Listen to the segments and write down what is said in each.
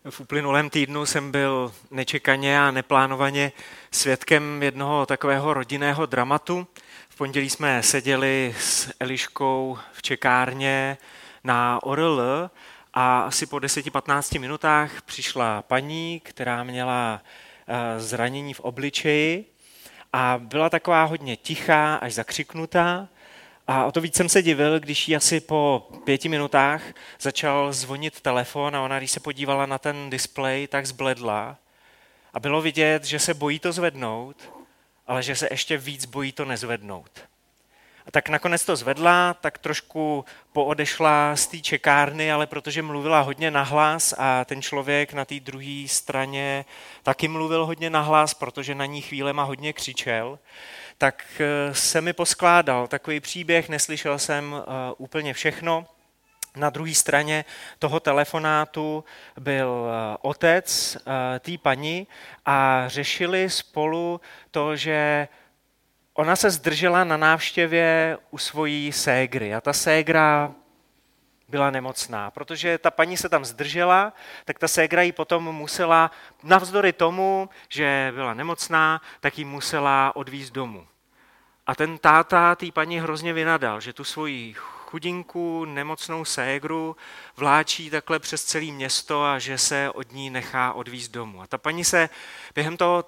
V uplynulém týdnu jsem byl nečekaně a neplánovaně svědkem jednoho takového rodinného dramatu. V pondělí jsme seděli s Eliškou v čekárně na ORL a asi po 10-15 minutách přišla paní, která měla zranění v obličeji a byla taková hodně tichá, až zakřiknutá. A o to víc jsem se divil, když jí asi po 5 minutách začal zvonit telefon a ona, když se podívala na ten displej, tak zbledla. A bylo vidět, že se bojí to zvednout, ale že se ještě víc bojí to nezvednout. A tak nakonec to zvedla, tak trošku poodešla z té čekárny, ale protože mluvila hodně nahlas a ten člověk na té druhé straně taky mluvil hodně nahlas, protože na ní chvílema hodně křičel, tak se mi poskládal takový příběh, neslyšel jsem úplně všechno. Na druhé straně toho telefonátu byl otec té paní a řešili spolu to, že ona se zdržela na návštěvě u svojí ségry a ta ségra byla nemocná. Protože ta paní se tam zdržela, tak ta ségra ji potom musela, navzdory tomu, že byla nemocná, tak ji musela odvízt domů. A ten táta té paní hrozně vynadal, že tu svoji chudinku, nemocnou ségru vláčí takhle přes celé město a že se od ní nechá odvízt domů. A ta paní se během toho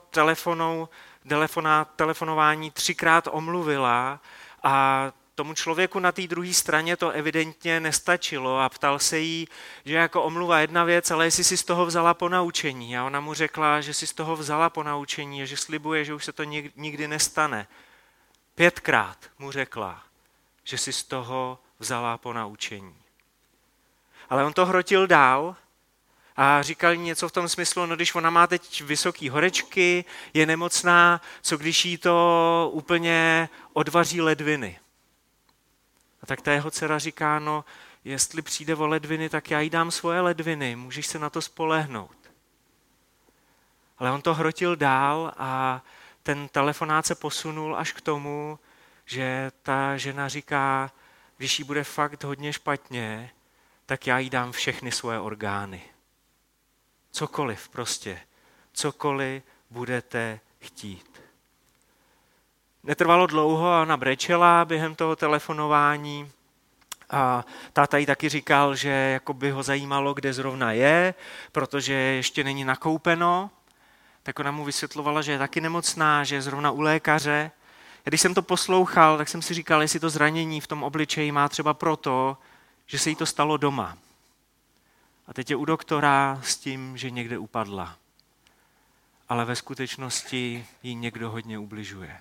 telefonování 3krát omluvila a tomu člověku na té druhé straně to evidentně nestačilo a ptal se jí, že jako omluva jedna věc, ale jestli si z toho vzala ponaučení. A ona mu řekla, že si z toho vzala ponaučení a že slibuje, že už se to nikdy nestane. 5krát mu řekla, že si z toho vzala ponaučení. Ale on to hrotil dál a říkal jí něco v tom smyslu, no když ona má teď vysoký horečky, je nemocná, co když jí to úplně odvaří ledviny. A tak ta jeho dcera říká, no jestli přijde o ledviny, tak já jí dám svoje ledviny, můžeš se na to spolehnout. Ale on to hrotil dál a ten telefonát se posunul až k tomu, že ta žena říká, když jí bude fakt hodně špatně, tak já jí dám všechny svoje orgány. Cokoliv prostě, cokoliv budete chtít. Netrvalo dlouho a ona brečela během toho telefonování a táta jí taky říkal, že jako by ho zajímalo, kde zrovna je, protože ještě není nakoupeno. Tak ona mu vysvětlovala, že je taky nemocná, že je zrovna u lékaře. A když jsem to poslouchal, tak jsem si říkal, jestli to zranění v tom obličeji má třeba proto, že se jí to stalo doma. A teď je u doktora s tím, že někde upadla. Ale ve skutečnosti jí někdo hodně ubližuje.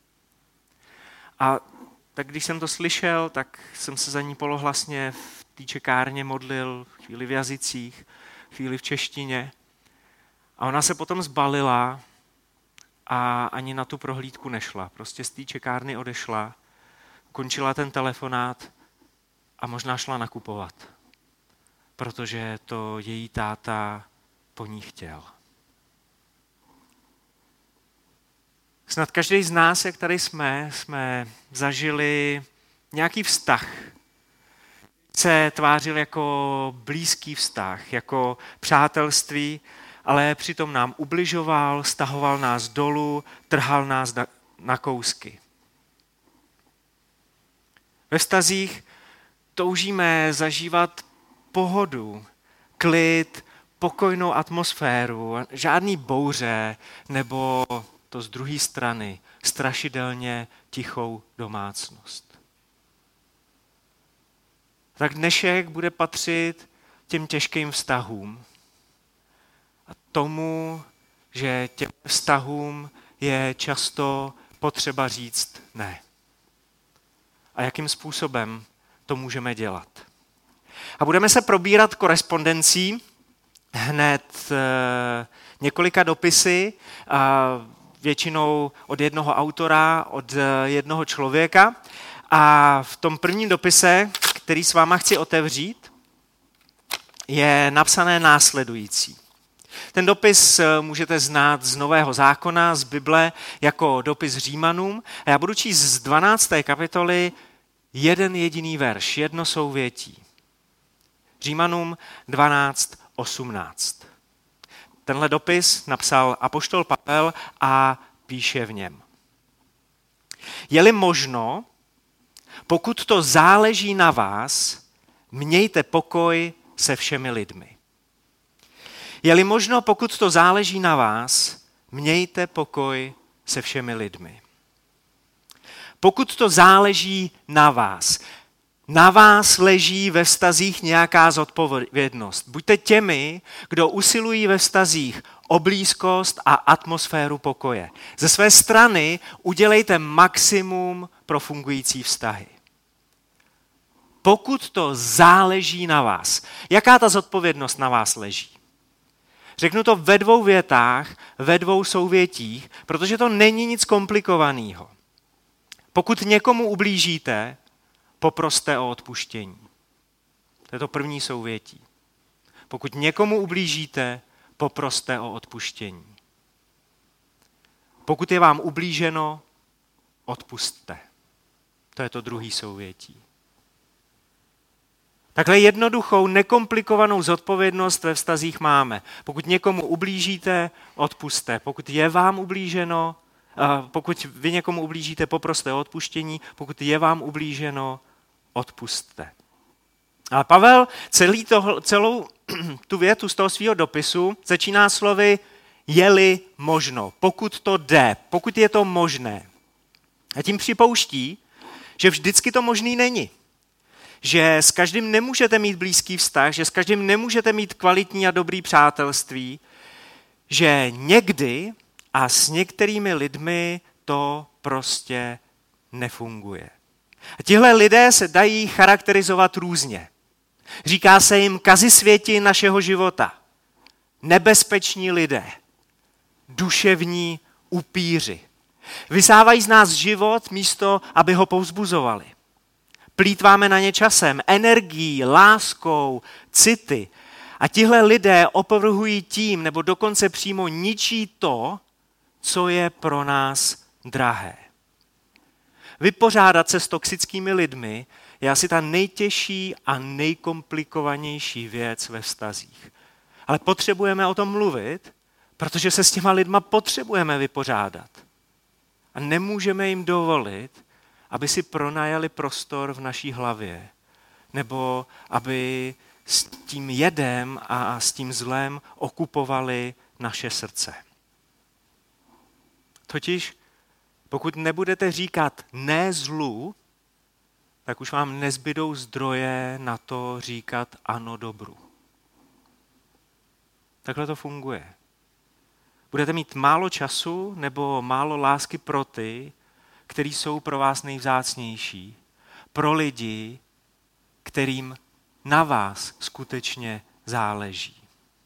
A tak když jsem to slyšel, tak jsem se za ní polohlasně v té čekárně modlil, chvíli v jazycích, chvíli v češtině. A ona se potom zbalila a ani na tu prohlídku nešla. Prostě z té čekárny odešla, končila ten telefonát a možná šla nakupovat, protože to její táta po ní chtěl. Snad každý z nás, jak tady jsme zažili nějaký vztah, se tvářil jako blízký vztah, jako přátelství, ale přitom nám ubližoval, stahoval nás dolů, trhal nás na kousky. Ve vztazích toužíme zažívat pohodu, klid, pokojnou atmosféru, žádný bouře nebo to z druhé strany strašidelně tichou domácnost. Tak dnešek bude patřit těm těžkým vztahům a tomu, že těm vztahům je často potřeba říct ne. A jakým způsobem to můžeme dělat. A budeme se probírat korespondencí hned několika dopisy, většinou od jednoho autora, od jednoho člověka. A v tom prvním dopise, který s váma chci otevřít, je napsané následující. Ten dopis můžete znát z Nového zákona, z Bible, jako dopis Římanům. A já budu číst z 12. kapitoly jeden jediný verš, jedno souvětí. Římanům 12:18. Tenhle dopis napsal apoštol Pavel a píše v něm. Je-li možno, pokud to záleží na vás, mějte pokoj se všemi lidmi. Je-li možno, pokud to záleží na vás, mějte pokoj se všemi lidmi. Pokud to záleží na vás leží ve vztazích nějaká zodpovědnost. Buďte těmi, kdo usilují ve vztazích o blízkost a atmosféru pokoje. Ze své strany udělejte maximum pro fungující vztahy. Pokud to záleží na vás, jaká ta zodpovědnost na vás leží? Řeknu to ve 2 větách, ve 2 souvětích, protože to není nic komplikovaného. Pokud někomu ublížíte, poproste o odpuštění. To je to první souvětí. Pokud někomu ublížíte, poproste o odpuštění. Pokud je vám ublíženo, odpusťte. To je to druhý souvětí. Takhle jednoduchou, nekomplikovanou zodpovědnost ve vztazích máme. Pokud někomu ublížíte, odpusťte. Pokud je vám ublíženo, pokud vy někomu ublížíte, poproste o odpuštění. Pokud je vám ublíženo, odpusťte. Ale Pavel celou tu větu z toho svého dopisu začíná slovy je-li možno, pokud to jde, pokud je to možné. A tím připouští, že vždycky to možný není. Že s každým nemůžete mít blízký vztah, že s každým nemůžete mít kvalitní a dobrý přátelství, že někdy a s některými lidmi to prostě nefunguje. A tihle lidé se dají charakterizovat různě. Říká se jim kazisvěti našeho života, nebezpeční lidé, duševní upíři. Vysávají z nás život místo, aby ho povzbuzovali. Plýtváme na ně časem, energií, láskou, city. A tihle lidé opovrhují tím, nebo dokonce přímo ničí to, co je pro nás drahé. Vypořádat se s toxickými lidmi je asi ta nejtěžší a nejkomplikovanější věc ve vztazích. Ale potřebujeme o tom mluvit, protože se s těma lidma potřebujeme vypořádat. A nemůžeme jim dovolit, aby si pronajali prostor v naší hlavě, nebo aby s tím jedem a s tím zlem okupovali naše srdce. Totiž pokud nebudete říkat ne zlu, tak už vám nezbydou zdroje na to říkat ano dobru. Takhle to funguje. Budete mít málo času nebo málo lásky pro ty, kteří jsou pro vás nejvzácnější, pro lidi, kterým na vás skutečně záleží.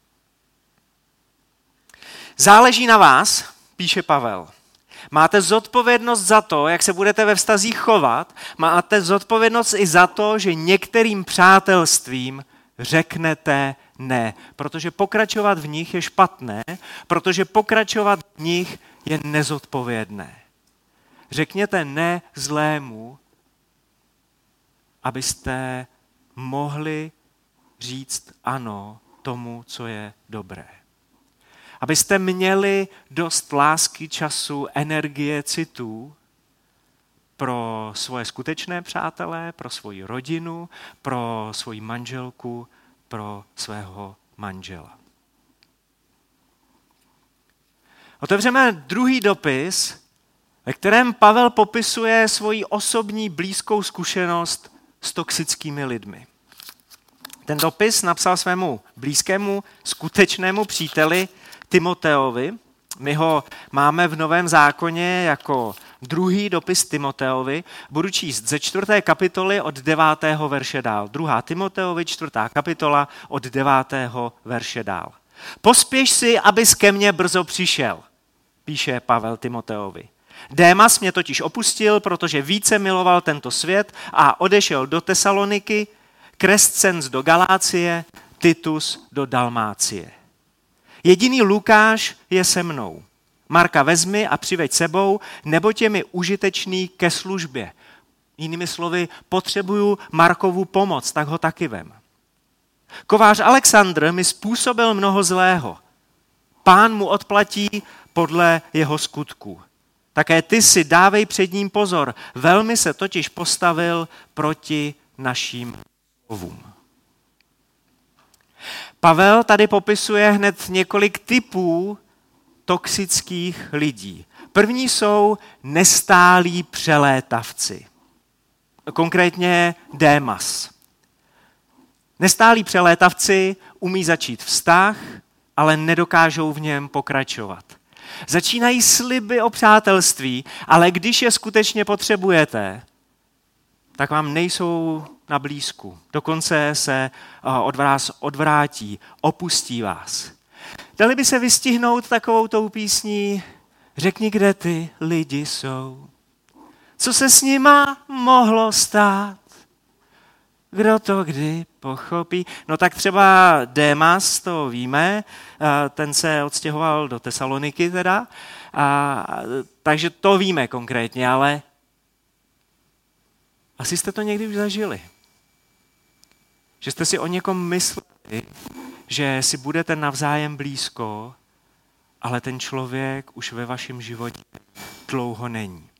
Záleží na vás, píše Pavel. Máte zodpovědnost za to, jak se budete ve vztazích chovat, máte zodpovědnost i za to, že některým přátelstvím řeknete ne, protože pokračovat v nich je špatné, protože pokračovat v nich je nezodpovědné. Řekněte ne zlému, abyste mohli říct ano tomu, co je dobré. Abyste měli dost lásky, času, energie, citů pro svoje skutečné přátelé, pro svoji rodinu, pro svoji manželku, pro svého manžela. Otevřeme druhý dopis, ve kterém Pavel popisuje svoji osobní blízkou zkušenost s toxickými lidmi. Ten dopis napsal svému blízkému skutečnému příteli Timoteovi. My ho máme v Novém zákoně jako druhý dopis Timoteovi. Budu číst ze 4. kapitoly od 9. verše dál. 2. Timoteovi, 4. kapitola od 9. verše dál. Pospěš si, abys ke mně brzo přišel, píše Pavel Timoteovi. Démas mě totiž opustil, protože více miloval tento svět a odešel do Tesaloniky, Krescens do Galácie, Titus do Dalmácie. Jediný Lukáš je se mnou. Marka vezmi a přiveď sebou, neboť je mi užitečný ke službě. Jinými slovy, potřebuju Markovu pomoc, tak ho taky vem. Kovář Alexandr mi způsobil mnoho zlého. Pán mu odplatí podle jeho skutků. Také ty si dávej před ním pozor, velmi se totiž postavil proti našim slovům. Pavel tady popisuje hned několik typů toxických lidí. První jsou nestálí přelétavci. Konkrétně Démas. Nestálí přelétavci umí začít vztah, ale nedokážou v něm pokračovat. Začínají sliby o přátelství, ale když je skutečně potřebujete, tak vám nejsou na blízku. Dokonce se od vás odvrátí, opustí vás. Dali by se vystihnout takovou tou písní Řekni, kde ty lidi jsou. Co se s nima mohlo stát? Kdo to kdy pochopí? No tak třeba Démas, to víme, ten se odstěhoval do Tesaloniky teda, takže to víme konkrétně, ale asi jste to někdy už zažili. Že jste si o někom mysleli, že si budete navzájem blízko, ale ten člověk už ve vašem životě dlouho není.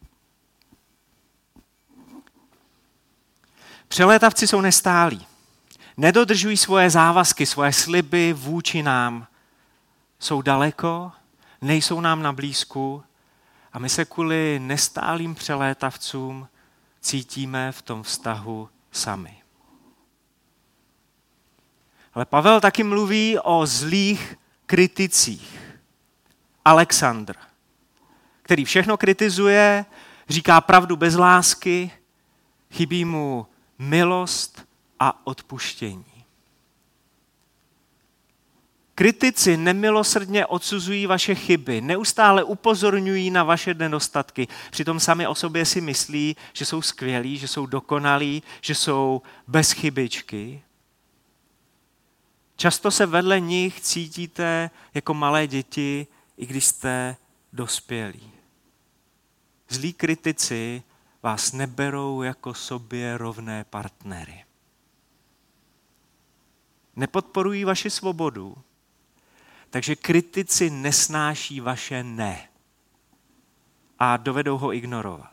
Přelétavci jsou nestálí. Nedodržují svoje závazky, svoje sliby vůči nám. Jsou daleko, nejsou nám na blízku a my se kvůli nestálým přelétavcům cítíme v tom vztahu sami. Ale Pavel taky mluví o zlých kriticích. Alexandr, který všechno kritizuje, říká pravdu bez lásky, chybí mu milost a odpuštění. Kritici nemilosrdně odsuzují vaše chyby, neustále upozorňují na vaše nedostatky, přitom sami o sobě si myslí, že jsou skvělí, že jsou dokonalí, že jsou bez chybičky. Často se vedle nich cítíte jako malé děti, i když jste dospělí. Zlí kritici vás neberou jako sobě rovné partnery. Nepodporují vaši svobodu, takže kritici nesnáší vaše ne a dovedou ho ignorovat.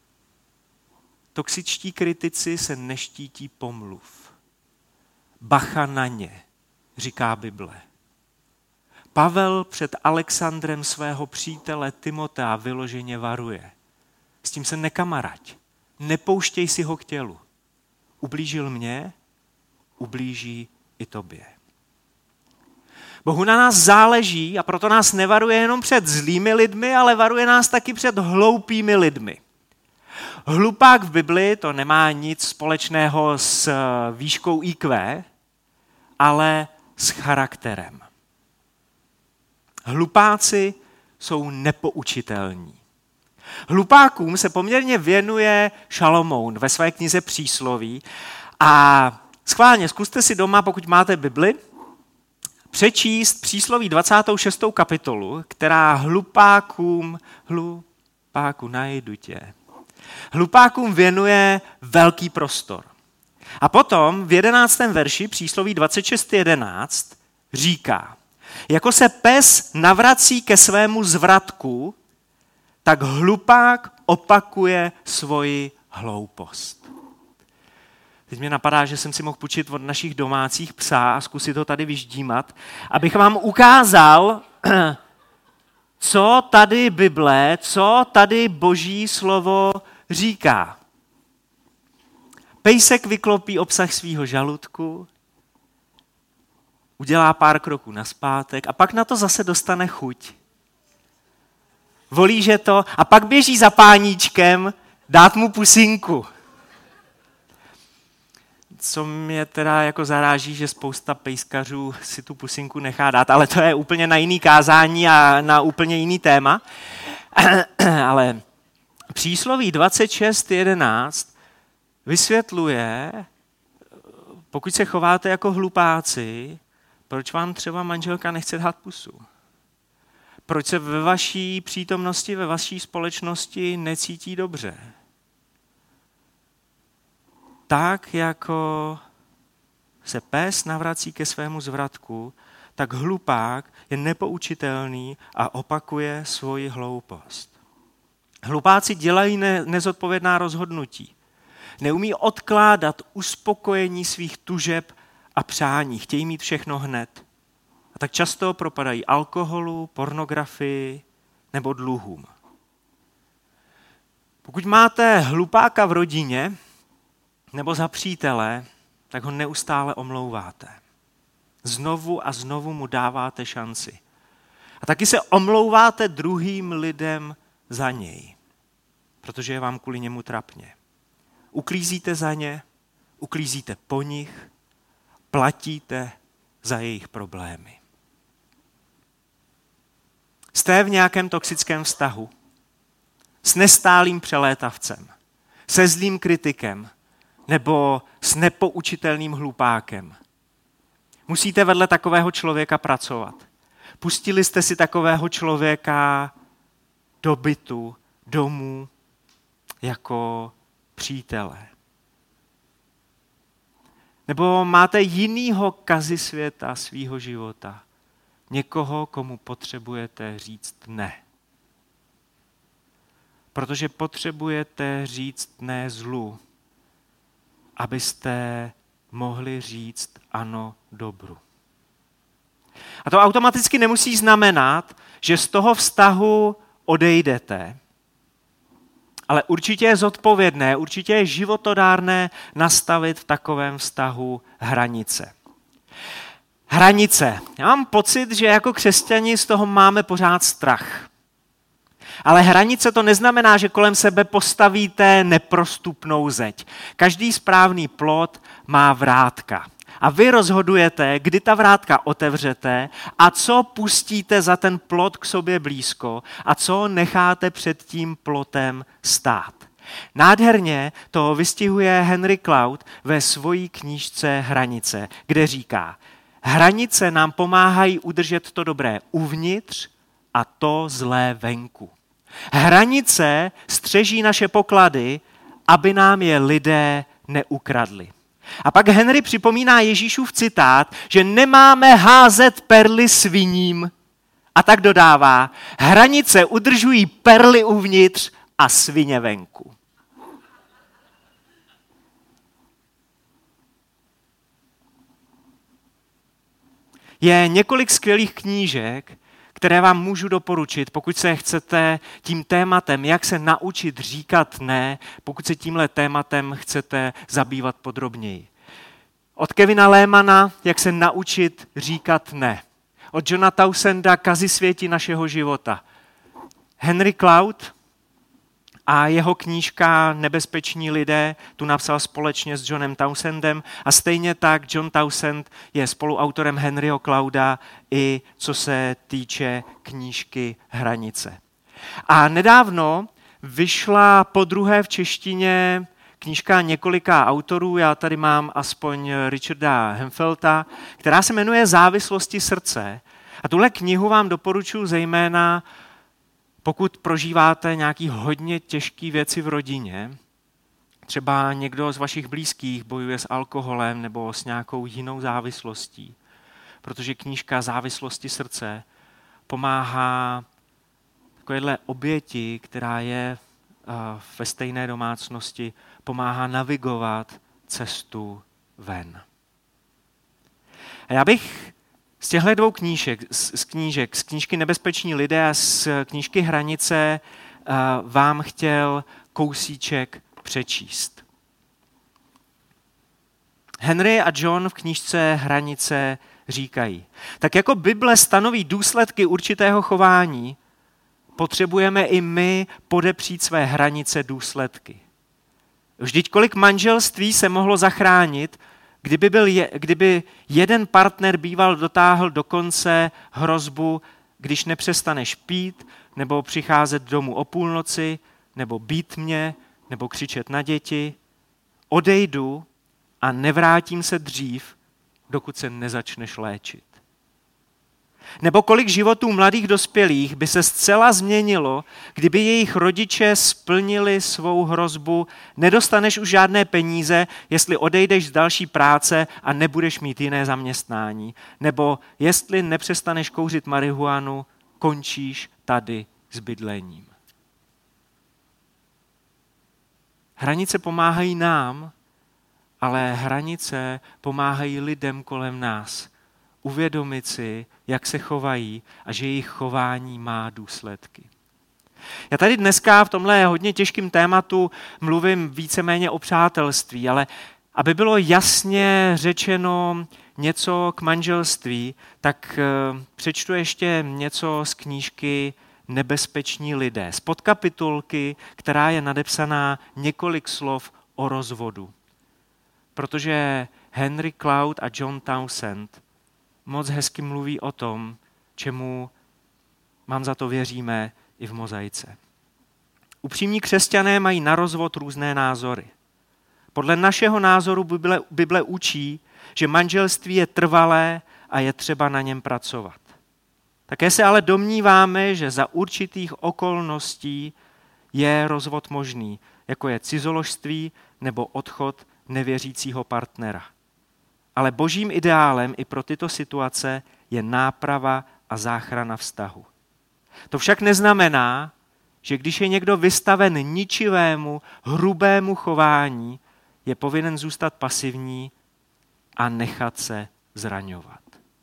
Toxičtí kritici se neštítí pomluv. Bacha na ně, říká Bible. Pavel před Alexandrem svého přítele Timotea vyloženě varuje. S tím se nekamarať, nepouštěj si ho k tělu. Ublížil mě, ublíží i tobě. Bohu na nás záleží a proto nás nevaruje jenom před zlými lidmi, ale varuje nás taky před hloupými lidmi. Hlupák v Bibli to nemá nic společného s výškou IQ, ale s charakterem. Hlupáci jsou nepoučitelní. Hlupákům se poměrně věnuje Šalomoun ve své knize Přísloví a schválně zkuste si doma, pokud máte Bibli, přečíst Přísloví 26. kapitolu, která hlupákům věnuje velký prostor. A potom v 11. verši Přísloví 26.11 říká, jako se pes navrací ke svému zvratku, tak hlupák opakuje svoji hloupost. Teď mě napadá, že jsem si mohl půjčit od našich domácích psa a zkusit ho tady vyždímat, abych vám ukázal, co tady Bible, co tady Boží slovo říká. Pejsek vyklopí obsah svýho žaludku, udělá pár kroků nazpátek a pak na to zase dostane chuť. Volíže to a pak běží za páníčkem dát mu pusinku. Co mě teda jako zaráží, že spousta pejskařů si tu pusinku nechá dát, ale to je úplně na jiný kázání a na úplně jiný téma. Ale Přísloví 26.11 vysvětluje, pokud se chováte jako hlupáci, proč vám třeba manželka nechce dát pusu. Proč se ve vaší přítomnosti, ve vaší společnosti necítí dobře. Tak, jako se pes navrací ke svému zvratku, tak hlupák je nepoučitelný a opakuje svoji hloupost. Hlupáci dělají nezodpovědná rozhodnutí. Neumí odkládat uspokojení svých tužeb a přání. Chtějí mít všechno hned. A tak často propadají alkoholu, pornografii nebo dluhům. Pokud máte hlupáka v rodině nebo za přítele, tak ho neustále omlouváte. Znovu a znovu mu dáváte šanci. A taky se omlouváte druhým lidem za něj, protože je vám kvůli němu trapně. Uklízíte za ně, uklízíte po nich, platíte za jejich problémy. Jste v nějakém toxickém vztahu s nestálým přelétavcem, se zlým kritikem nebo s nepoučitelným hlupákem. Musíte vedle takového člověka pracovat. Pustili jste si takového člověka do bytu, domů, jako přítele. Nebo máte jinýho kazisvěta svýho života. Někoho, komu potřebujete říct ne. Protože potřebujete říct ne zlu, abyste mohli říct ano dobru. A to automaticky nemusí znamenat, že z toho vztahu odejdete, ale určitě je zodpovědné, určitě je životodárné nastavit v takovém vztahu hranice. Hranice. Já mám pocit, že jako křesťani z toho máme pořád strach. Ale hranice to neznamená, že kolem sebe postavíte neprostupnou zeď. Každý správný plot má vrátka. A vy rozhodujete, kdy ta vrátka otevřete a co pustíte za ten plot k sobě blízko a co necháte před tím plotem stát. Nádherně to vystihuje Henry Cloud ve svojí knížce Hranice, kde říká: hranice nám pomáhají udržet to dobré uvnitř a to zlé venku. Hranice střeží naše poklady, aby nám je lidé neukradli. A pak Henry připomíná Ježíšův citát, že nemáme házet perly sviním. A tak dodává: hranice udržují perly uvnitř a svině venku. Je několik skvělých knížek, které vám můžu doporučit, pokud se chcete tím tématem, jak se naučit říkat ne, pokud se tímhle tématem chcete zabývat podrobněji. Od Kevina Lehmana, jak se naučit říkat ne. Od Johna Townsenda, Kazisvěti našeho života. Henry Cloud a jeho knížka Nebezpeční lidé tu napsal společně s Johnem Townsendem a stejně tak John Townsend je spoluautorem Henryho Clouda i co se týče knížky Hranice. A nedávno vyšla podruhé v češtině knížka několika autorů, já tady mám aspoň Richarda Hemfelta, která se jmenuje Závislosti srdce. A tuhle knihu vám doporučuji zejména, pokud prožíváte nějaký hodně těžké věci v rodině, třeba někdo z vašich blízkých bojuje s alkoholem nebo s nějakou jinou závislostí, protože knížka Závislosti srdce pomáhá takovéhle oběti, která je ve stejné domácnosti, pomáhá navigovat cestu ven. A já bych z těchto dvou knížek, z knížky Nebezpeční lidé a z knížky Hranice vám chtěl kousíček přečíst. Henry a John v knížce Hranice říkají: tak jako Bible stanoví důsledky určitého chování, potřebujeme i my podepřít své hranice důsledky. Vždyť kolik manželství se mohlo zachránit, kdyby jeden partner býval dotáhl do konce hrozbu, když nepřestaneš pít, nebo přicházet domů o půlnoci, nebo bít mě, nebo křičet na děti. Odejdu a nevrátím se dřív, dokud se nezačneš léčit. Nebo kolik životů mladých dospělých by se zcela změnilo, kdyby jejich rodiče splnili svou hrozbu, nedostaneš už žádné peníze, jestli odejdeš z další práce a nebudeš mít jiné zaměstnání. Nebo jestli nepřestaneš kouřit marihuanu, končíš tady s bydlením. Hranice pomáhají nám, ale hranice pomáhají lidem kolem nás. Uvědomit si, jak se chovají a že jejich chování má důsledky. Já tady dneska v tomhle hodně těžkém tématu mluvím víceméně o přátelství, ale aby bylo jasně řečeno něco k manželství, tak přečtu ještě něco z knížky Nebezpeční lidé, z podkapitulky, která je nadepsaná několik slov o rozvodu. Protože Henry Cloud a John Townsend moc hezky mluví o tom, čemu, mám za to věříme, i v Mozaice. Upřímní křesťané mají na rozvod různé názory. Podle našeho názoru Bible učí, že manželství je trvalé a je třeba na něm pracovat. Také se ale domníváme, že za určitých okolností je rozvod možný, jako je cizoložství nebo odchod nevěřícího partnera. Ale božím ideálem i pro tyto situace je náprava a záchrana vztahu. To však neznamená, že když je někdo vystaven ničivému, hrubému chování, je povinen zůstat pasivní a nechat se zraňovat.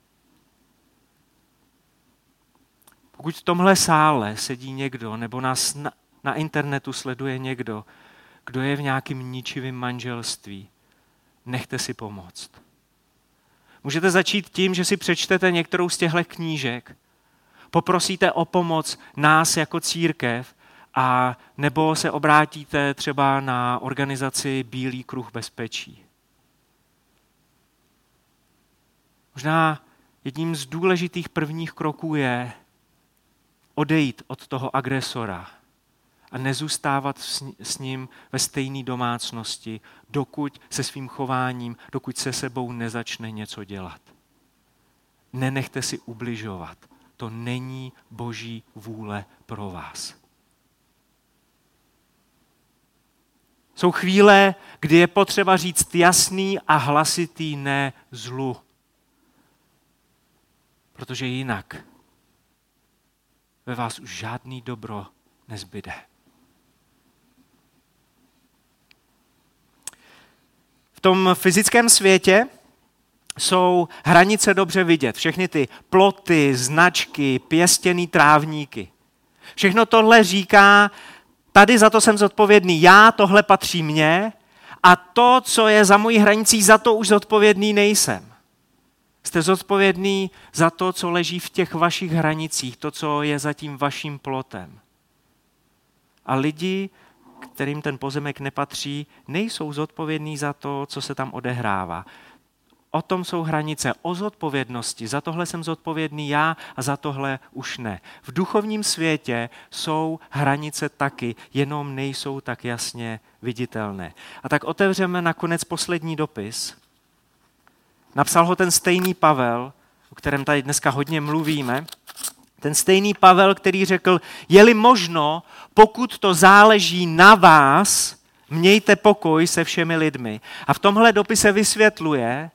Pokud v tomhle sále sedí někdo, nebo nás na internetu sleduje někdo, kdo je v nějakém ničivém manželství, nechte si pomoct. Můžete začít tím, že si přečtete některou z těchto knížek, poprosíte o pomoc nás jako církev a nebo se obrátíte třeba na organizaci Bílý kruh bezpečí. Možná jedním z důležitých prvních kroků je odejít od toho agresora a nezůstávat s ním ve stejné domácnosti, dokud se svým chováním, dokud se sebou nezačne něco dělat. Nenechte si ubližovat. To není boží vůle pro vás. Jsou chvíle, kdy je potřeba říct jasný a hlasitý ne zlu. Protože jinak ve vás už žádný dobro nezbyde. V tom fyzickém světě jsou hranice dobře vidět. Všechny ty ploty, značky, pěstěný trávníky. Všechno tohle říká, tady za to jsem zodpovědný já, tohle patří mně a to, co je za mojí hranicí, za to už zodpovědný nejsem. Jste zodpovědný za to, co leží v těch vašich hranicích, to, co je za tím vaším plotem. A lidi, kterým ten pozemek nepatří, nejsou zodpovědní za to, co se tam odehrává. O tom jsou hranice, o zodpovědnosti. Za tohle jsem zodpovědný já a za tohle už ne. V duchovním světě jsou hranice taky, jenom nejsou tak jasně viditelné. A tak otevřeme nakonec poslední dopis. Napsal ho ten stejný Pavel, o kterém tady dneska hodně mluvíme. Ten stejný Pavel, který řekl, je-li možno, pokud to záleží na vás, mějte pokoj se všemi lidmi. A v tomhle dopise vysvětluje,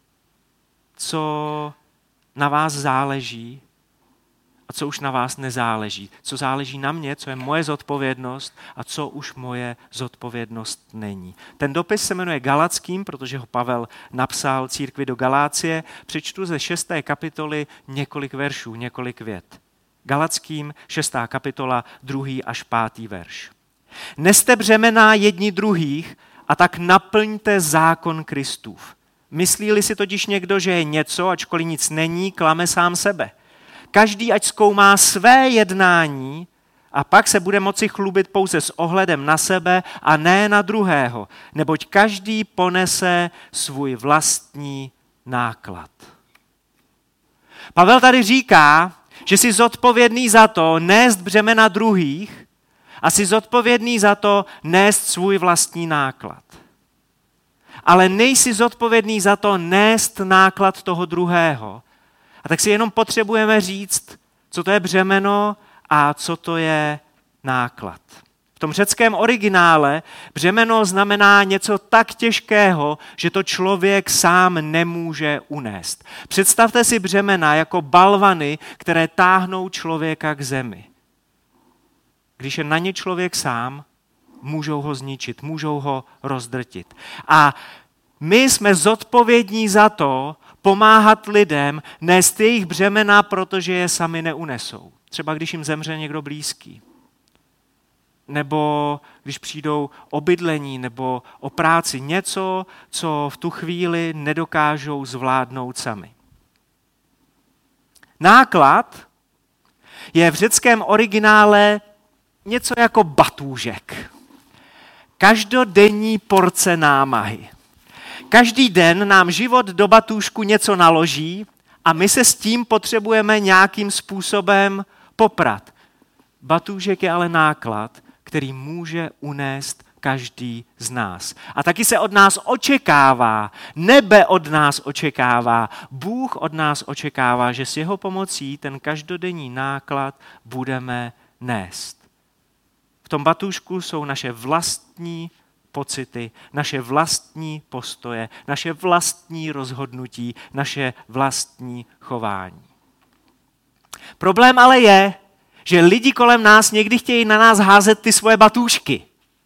co na vás záleží a co už na vás nezáleží. Co záleží na mě, co je moje zodpovědnost a co už moje zodpovědnost není. Ten dopis se jmenuje Galackým, protože ho Pavel napsal církvi do Galácie. Přečtu ze 6. kapitoly několik veršů, několik vět. Galackým 6. kapitola 2. až 5. verš. Neste břemena jedni druhých a tak naplňte zákon Kristův. Myslí-li si totiž někdo, že je něco, ačkoliv nic není, klame sám sebe. Každý ať zkoumá své jednání a pak se bude moci chlubit pouze s ohledem na sebe a ne na druhého, neboť každý ponese svůj vlastní náklad. Pavel tady říká, že jsi zodpovědný za to nést břemena druhých a jsi zodpovědný za to nést svůj vlastní náklad. Ale nejsi zodpovědný za to nést náklad toho druhého A tak si jenom potřebujeme říct, co to je břemeno a co to je náklad. V tom řeckém originále břemeno znamená něco tak těžkého, že to člověk sám nemůže unést. Představte si břemena jako balvany, které táhnou člověka k zemi. Když je na ně člověk sám, můžou ho zničit, můžou ho rozdrtit. A my jsme zodpovědní za to, pomáhat lidem nést jejich břemena, protože je sami neunesou. Třeba když jim zemře někdo blízký. Nebo když přijdou o bydlení nebo o práci. Něco, co v tu chvíli nedokážou zvládnout sami. Náklad je v řeckém originále něco jako batůžek. Každodenní porce námahy. Každý den nám život do batůžku něco naloží a my se s tím potřebujeme nějakým způsobem poprat. Batůžek je ale náklad, který může unést každý z nás. A taky se od nás očekává, nebe od nás očekává, Bůh od nás očekává, že s jeho pomocí ten každodenní náklad budeme nést. V tom batůžku jsou naše vlastní pocity, naše vlastní postoje, naše vlastní rozhodnutí, naše vlastní chování. Problém ale je, že lidi kolem nás někdy chtějí na nás házet ty svoje batůžky.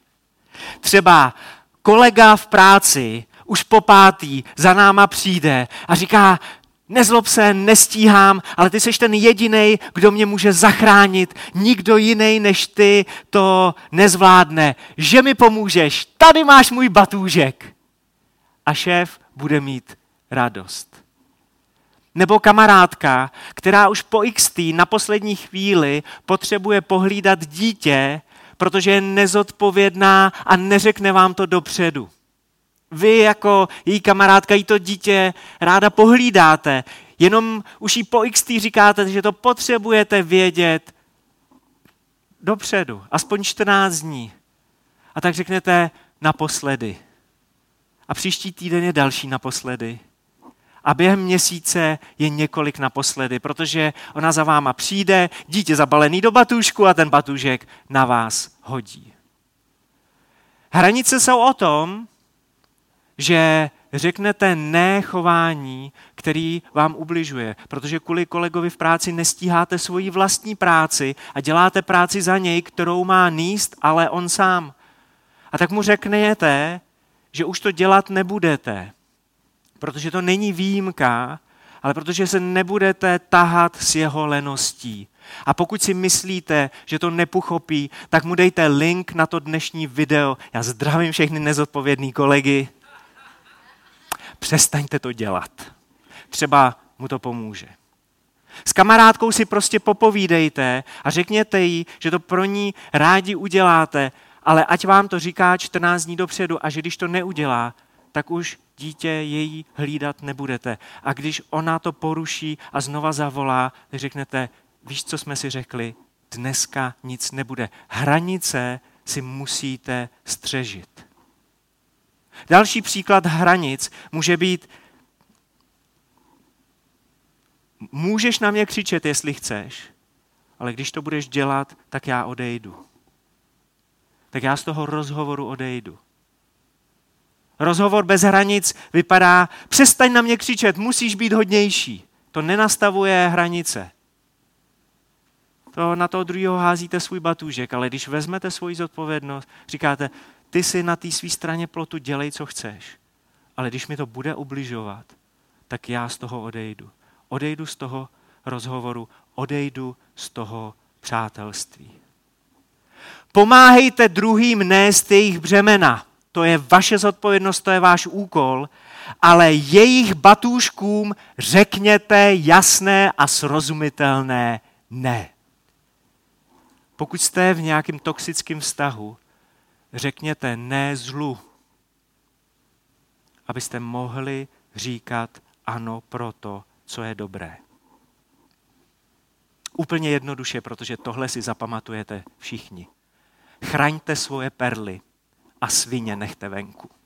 Třeba kolega v práci už po pátý za náma přijde a říká, nezlob se, nestíhám, ale ty seš ten jedinej, kdo mě může zachránit. Nikdo jiný než ty to nezvládne. Že mi pomůžeš, tady máš můj batůžek. A šéf bude mít radost. Nebo kamarádka, která už po XT na poslední chvíli potřebuje pohlídat dítě, protože je nezodpovědná a neřekne vám to dopředu. Vy jako její kamarádka jí to dítě ráda pohlídáte, jenom už jí po XT říkáte, že to potřebujete vědět dopředu, aspoň 14 dní. A tak řeknete naposledy. A příští týden je další naposledy. A během měsíce je několik naposledy, protože ona za váma přijde, dítě zabalený do batůžku a ten batůžek na vás hodí. Hranice jsou o tom, že řeknete ne chování, který vám ubližuje, protože kvůli kolegovi v práci nestíháte svoji vlastní práci a děláte práci za něj, kterou má nést, ale on sám. A tak mu řeknete, že už to dělat nebudete, protože to není výjimka, ale protože se nebudete tahat s jeho leností. A pokud si myslíte, že to nepochopí, tak mu dejte link na to dnešní video. Já zdravím všechny nezodpovědný kolegy. Přestaňte to dělat. Třeba mu to pomůže. S kamarádkou si prostě popovídejte a řekněte jí, že to pro ní rádi uděláte, ale ať vám to říká 14 dní dopředu a že když to neudělá, tak už dítě její hlídat nebudete. A když ona to poruší a znova zavolá, tak řeknete, víš, co jsme si řekli? Dneska nic nebude. Hranice si musíte střežit. Další příklad hranic může být, můžeš na mě křičet, jestli chceš, ale když to budeš dělat, tak já odejdu. Tak já z toho rozhovoru odejdu. Rozhovor bez hranic vypadá, přestaň na mě křičet, musíš být hodnější. To nenastavuje hranice. To na toho druhého házíte svůj batůžek, ale když vezmete svoji zodpovědnost, říkáte, ty si na té své straně plotu dělej, co chceš. Ale když mi to bude ubližovat, tak já z toho odejdu. Odejdu z toho rozhovoru, odejdu z toho přátelství. Pomáhejte druhým nést jejich břemena. To je vaše zodpovědnost, to je váš úkol, ale jejich batůžkům řekněte jasné a srozumitelné ne. Pokud jste v nějakém toxickém vztahu, řekněte ne zlu, abyste mohli říkat ano pro to, co je dobré. Úplně jednoduše, protože tohle si zapamatujete všichni. Chraňte svoje perly a svině nechte venku.